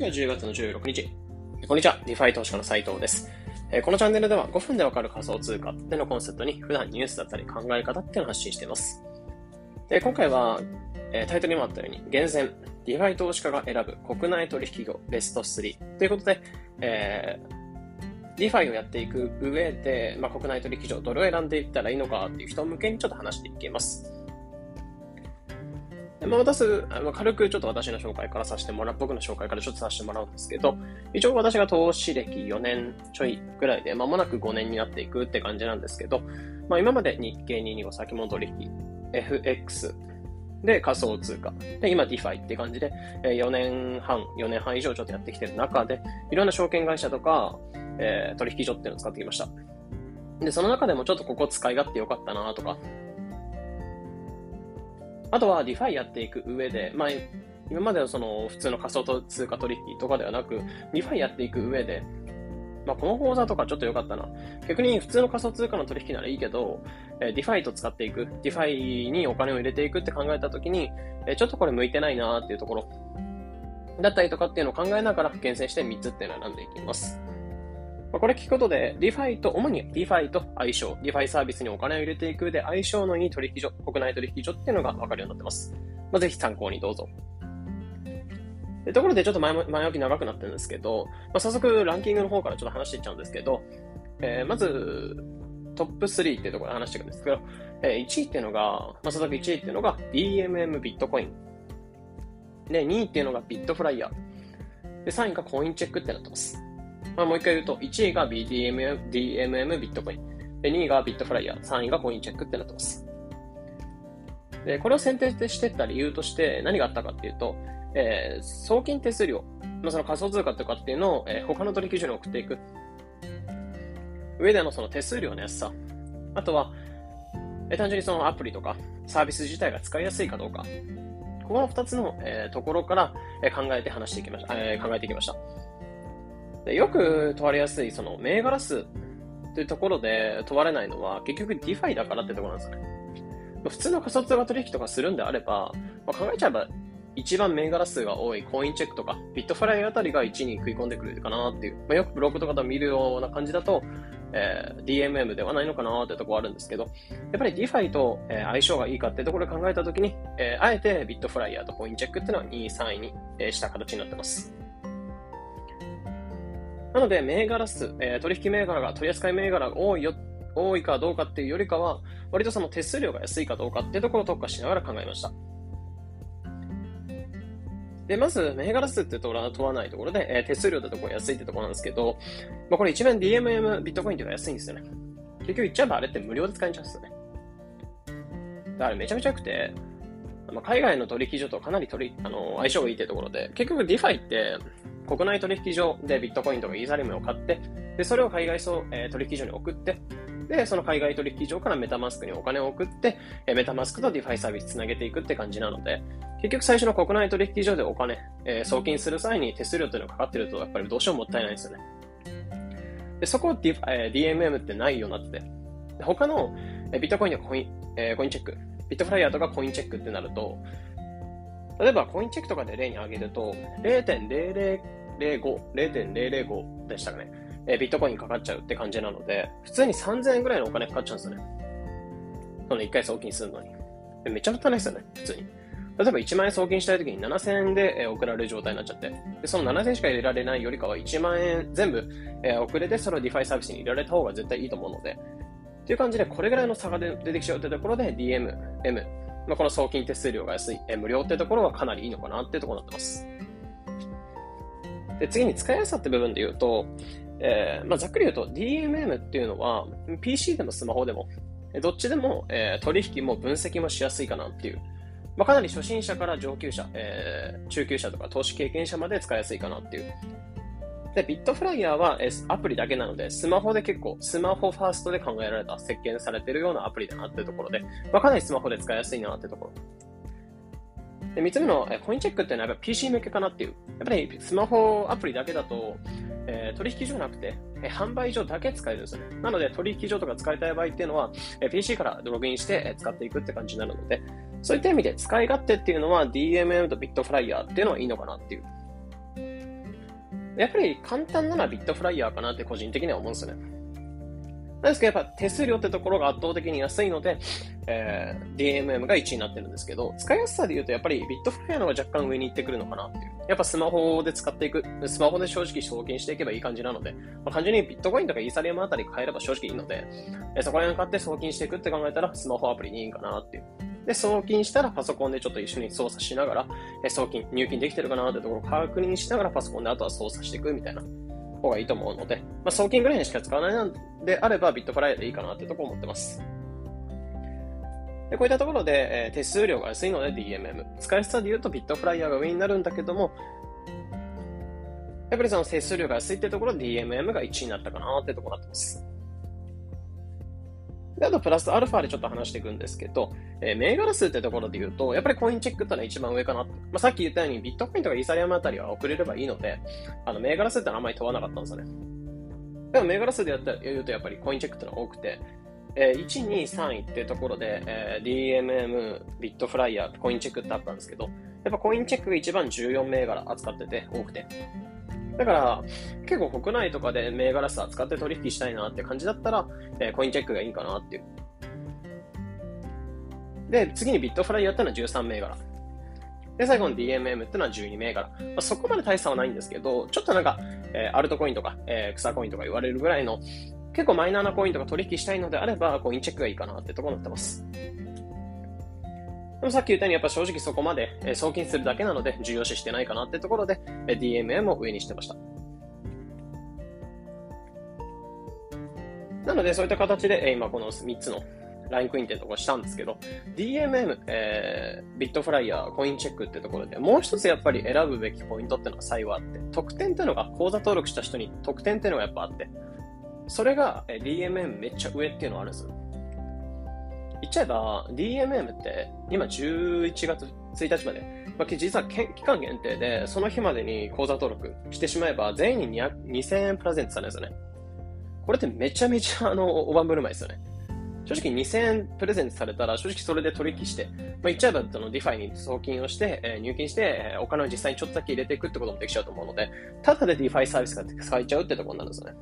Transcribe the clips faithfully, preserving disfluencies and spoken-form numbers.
日はじゅうがつのじゅうろくにち。こんにちは。ディファイ投資家の斉藤です。このチャンネルではごふんでわかる仮想通貨ってのコンセプトに普段ニュースだったり考え方っていうのを発信しています。で今回はタイトルにもあったように厳選ディファイ投資家が選ぶ国内取引業ベストスリーということで、えー、ディファイをやっていく上で、まあ、国内取引業どれを選んでいったらいいのかっていう人向けにちょっと話していきます。まあ、私、軽くちょっと私の紹介からさせてもらう、僕の紹介からちょっとさせてもらうんですけど、一応私が投資歴よねんちょいぐらいで、まもなくごねんになっていくって感じなんですけど、まあ、今まで日経にひゃくにじゅうご先物取引、エフエックス で仮想通貨、で今 ディファイ って感じで、よねんはん、よねんはん以上ちょっとやってきてる中で、いろんな証券会社とか、えー、取引所っていうのを使ってきました。で、その中でもちょっとここ使い勝手良かったなとか、あとは ディファイ やっていく上で、まあ、今までのその普通の仮想通貨取引とかではなく、ディファイ やっていく上で、まあ、この講座とかちょっと良かったな。逆に普通の仮想通貨の取引ならいいけど、ディファイ と使っていく、ディファイ にお金を入れていくって考えたときに、ちょっとこれ向いてないなっていうところだったりとかっていうのを考えながら厳選してみっつっていうのを選んでいきます。これ聞くことで、ディファイ と、主にディファイと相性、ディファイサービスにお金を入れていく上で相性のいい取引所、国内取引所っていうのが分かるようになってます。まあ、ぜひ参考にどうぞ。でところでちょっと前前置き長くなってるんですけど、まあ、早速ランキングの方からちょっと話していっちゃうんですけど、えー、まずトップスリーっていうところで話していくんですけど、えー、いちいっていうのが、まあ、早速いちいっていうのが ディーエムエム ビットコイン。で、にいっていうのがビットフライヤー。で、さんいがコインチェックってなってます。まあ、もう一回言うと、いちいが ディーエムエム ディーエムエム ビットコイン。で、にいがビットフライヤー。さんいがコインチェックってなってます。で、これを選定していった理由として何があったかっていうと、えー、送金手数料、まあ、その仮想通貨とかっていうのを、えー、他の取引所に送っていく。上でのその手数料の安さ。あとは、えー、単純にそのアプリとかサービス自体が使いやすいかどうか。ここのふたつの、えー、ところから、えー、考えて話していきました、えー、考えていきました。でよく問われやすいその銘柄数というところで問われないのは結局 ディファイ だからってところなんですよね。普通の仮想通貨取引とかするんであれば、まあ、考えちゃえば一番銘柄数が多いコインチェックとかビットフライあたりがいちに食い込んでくるかなっていう、まあ、よくブログとかで見るような感じだと、えー、ディーエムエム ではないのかなってところあるんですけど、やっぱり ディファイ と、えー、相性がいいかってところで考えたときに、えー、あえてビットフライヤーとコインチェックっていうのはにい、さんいに、えー、した形になってます。なので、銘柄数、えー、取引銘柄が、取扱い銘柄が多いよ、多いかどうかっていうよりかは、割とその手数料が安いかどうかっていうところを特化しながら考えました。で、まず、銘柄数っていうところは問わないところで、えー、手数料ってところが安いってところなんですけど、まあ、これ一番 ディーエムエム ビットコインっていうのが安いんですよね。結局言っちゃえばあれって無料で使えちゃうんですよね。だからめちゃめちゃ良くて、まあ、海外の取引所とかなり取りあの相性がいいっていうところで、結局 ディファイ って国内取引所でビットコインとかイーサリアムを買って、でそれを海外そう、えー、取引所に送って、でその海外取引所からメタマスクにお金を送って、えー、メタマスクと ディファイ サービスつなげていくって感じなので、結局最初の国内取引所でお金、えー、送金する際に手数料というのがかかってるとやっぱりどうしてももったいないんですよね。でそこを ディーエムエム ってないようになってて、で他の、えー、ビットコインのコイン、えー、コインチェック、ビットフライヤーとかコインチェックってなると、例えばコインチェックとかで例に挙げると ゼロてんゼロゼロゼロご、ゼロてんゼロゼロご でしたかね、えー、ビットコインかかっちゃうって感じなので、普通にさんぜんえんぐらいのお金かかっちゃうんですよね。そのいっかい送金するのに。でめっちゃもったいないですよね、普通に。例えばいちまんえん送金したいときにななせんえんで送られる状態になっちゃって、でそのななせんえんしか入れられないよりかはいちまんえん全部送れて、それを ディファイ サービスに入れられた方が絶対いいと思うので、という感じでこれぐらいの差が出てきちゃうというところで ディーエムエム、まあ、この送金手数料が安い、え無料ってところはかなりいいのかなっていうところになってます。で次に使いやすさって部分で言うと、えーまあ、ざっくり言うと ディーエムエム っていうのは ピーシー でもスマホでもどっちでも、えー、取引も分析もしやすいかなっていう、まあ、かなり初心者から上級者、えー、中級者とか投資経験者まで使いやすいかなっていう。で、ビットフライヤーはアプリだけなので、スマホで結構、スマホファーストで考えられた、設計されているようなアプリだなっていうところで、まあ、かなりスマホで使いやすいなっていうところ。で、みっつめのコインチェックっていうのはやっぱ ピーシー 向けかなっていう。やっぱりスマホアプリだけだと、えー、取引所じゃなくて、えー、販売所だけ使えるんですよね。なので、取引所とか使いたい場合っていうのは、えー、ピーシー からログインして、えー、使っていくって感じになるので、そういった意味で使い勝手っていうのは ディーエムエム とビットフライヤーっていうのはいいのかなっていう。 やっぱり簡単なのはビットフライヤーかなって個人的には思うんですよね。なんですけど、やっぱ手数料ってところが圧倒的に安いので、えー、ディーエムエム がいちいになってるんですけど、使いやすさで言うとやっぱりビットフライヤーの方が若干上に行ってくるのかなっていう。やっぱスマホで使っていく、スマホで正直送金していけばいい感じなので、まあ、単純にビットコインとかイーサリアムあたり買えれば正直いいので、えー、そこら辺買って送金していくって考えたらスマホアプリにいいかなっていう。で、送金したらパソコンでちょっと一緒に操作しながら、えー、送金、入金できてるかなってところを確認しながらパソコンであとは操作していくみたいな方がいいと思うので、まあ、送金ぐらいにしか使わないのであればビットフライヤーでいいかなってところを思ってます。でこういったところで、えー、手数料が安いので ディーエムエム。使いやすさで言うとビットフライヤーが上になるんだけども、やっぱりその手数料が安いってところで ディーエムエム がいちいになったかなってところになってます。で、あとプラスアルファでちょっと話していくんですけど、えー、銘柄数ってところで言うと、やっぱりコインチェックってのは一番上かな。まあ、さっき言ったようにビットコインとかイーサリアムあたりは遅れればいいので、あの、銘柄数ってのはあんまり問わなかったんですよね。でも銘柄数でやったら言うとやっぱりコインチェックってのは多くて、えー、いち、に、さんいっていうところで、えー、ディーエムエム、ビットフライヤー、コインチェックってあったんですけど、やっぱコインチェックが一番じゅうよん銘柄扱ってて多くて。だから、結構国内とかで銘柄数扱って取引したいなって感じだったら、えー、コインチェックがいいかなっていう。で、次にビットフライヤーってのはじゅうさん銘柄。で、最後の ディーエムエム ってのはじゅうに銘柄。まあ、そこまで大差はないんですけど、ちょっとなんか、えー、アルトコインとか、えー、草コインとか言われるぐらいの、結構マイナーなコインとか取引したいのであれば、コインチェックがいいかなってところになってます。でもさっき言ったように、やっぱ正直そこまで、えー、送金するだけなので、重要視してないかなってところで、えー、ディーエムエム を上にしてました。なので、そういった形で、えー、今このみっつのラインクインってところしたんですけど、ディーエムエム、えー、ビットフライヤー、コインチェックってところで、もう一つやっぱり選ぶべきポイントってのが最後あって、特典っていうのが、口座登録した人に特典っていうのがやっぱあって、それが ディーエムエム めっちゃ上っていうのがあるんですよ。言っちゃえば、ディーエムエム って今じゅういちがつついたちまで、まあ、実は期間限定で、その日までに口座登録してしまえば、全員ににせんえんプレゼントされるんですよね。これってめちゃめちゃあの、大盤振る舞いですよね。正直にせんえんプレゼントされたら、正直それで取引して、まあ、言っちゃえば、そのディファイに送金をして、えー、入金して、えー、お金を実際にちょっとだけ入れていくってこともできちゃうと思うので、ただでディファイサービスが使えちゃうってところになるんですよね。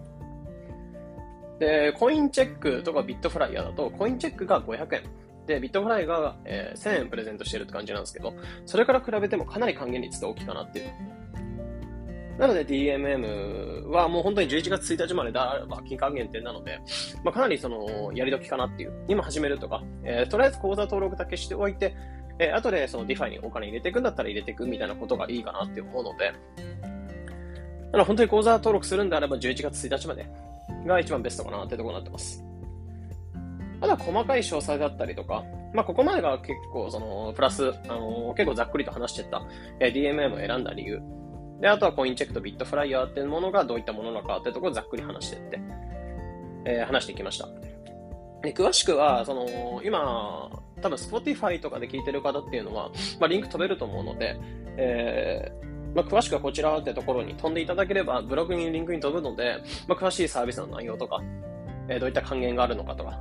で、コインチェックとかビットフライヤーだと、コインチェックがごひゃくえん。で、ビットフライが、えー、せんえんプレゼントしてるって感じなんですけど、それから比べてもかなり還元率って大きいかなっていう。なので ディーエムエム はもう本当にじゅういちがつついたちまでであれば金還限定なので、まあ、かなりそのやり時かなっていう。今始めるとか、えー、とりあえず口座登録だけしておいて、えー、後でその ディファイにお金入れていくんだったら入れていくみたいなことがいいかなって思うので、だから本当に口座登録するんであればじゅういちがつついたちまでが一番ベストかなってところになってます。あとは細かい詳細だったりとか、まあ、ここまでが結構そのプラス、あのー、結構ざっくりと話してった、えー、ディーエムエム を選んだ理由。で、あとはコインチェックとビットフライヤーっていうものがどういったものなのかってところをざっくり話していって、えー、話していきました。で、詳しくは、その、今、多分 Spotify とかで聞いてる方っていうのは、まあ、リンク飛べると思うので、えー、まあ、詳しくはこちらってところに飛んでいただければ、ブログにリンクに飛ぶので、まあ、詳しいサービスの内容とか、えー、どういった還元があるのかとか、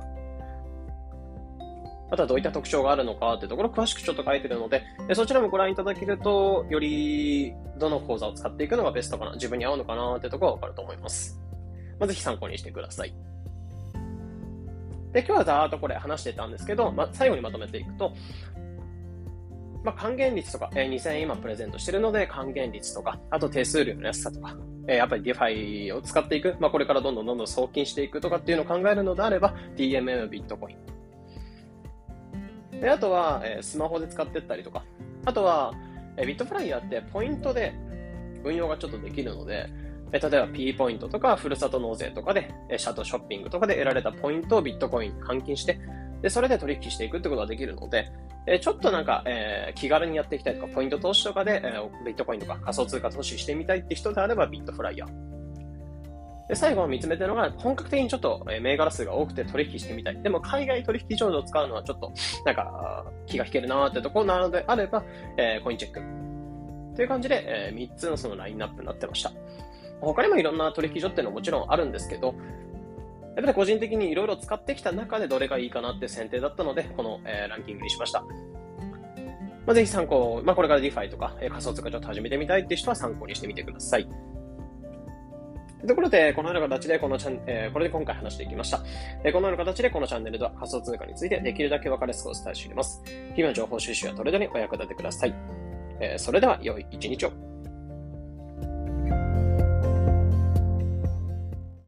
あとはどういった特徴があるのかってところを詳しくちょっと書いてるので、そちらもご覧いただけると、よりどの講座を使っていくのがベストかな、自分に合うのかなってところがわかると思います。まあ、ぜひ参考にしてください。で、今日はざーっとこれ話してたんですけど、まあ、最後にまとめていくと、まあ、還元率とか、えー、にせんえん今プレゼントしてるので、還元率とか、あと手数料の安さとか、えー、やっぱり ディファイ を使っていく、まあ、これからどんどんどんどん送金していくとかっていうのを考えるのであれば、ディーエムエム ビットコイン。で、あとは、えー、スマホで使っていったりとか、あとは、えー、ビットフライヤーってポイントで運用がちょっとできるので、えー、例えば P ポイントとか、ふるさと納税とかで、えー、シャトショッピングとかで得られたポイントをビットコインに換金して、で、それで取引していくってことができるので、えー、ちょっとなんか、えー、気軽にやっていきたいとか、ポイント投資とかで、えー、ビットコインとか仮想通貨投資してみたいって人であればビットフライヤー。で、最後見つめてるのが、本格的にちょっと銘柄数が多くて取引してみたい。でも、海外取引上手を使うのはちょっと、なんか、気が引けるなーってところなのであれば、えー、コインチェック。という感じで、えー、みっつのそのラインナップになってました。他にもいろんな取引所っていうのはもちろんあるんですけど、やっぱり個人的にいろいろ使ってきた中でどれがいいかなって選定だったので、この、えー、ランキングにしました。まあ、ぜひ参考、まあ、これから ディファイ とか、えー、仮想通貨ちょっと始めてみたいっていう人は参考にしてみてください。 というところで、このような形でこのチャン、えー、これで今回話していきました。えー、このような形でこのチャンネルでは仮想通貨についてできるだけ分かりやすくお伝えしています。日々の情報収集やトレードにお役立てください。えー、それでは良い一日を。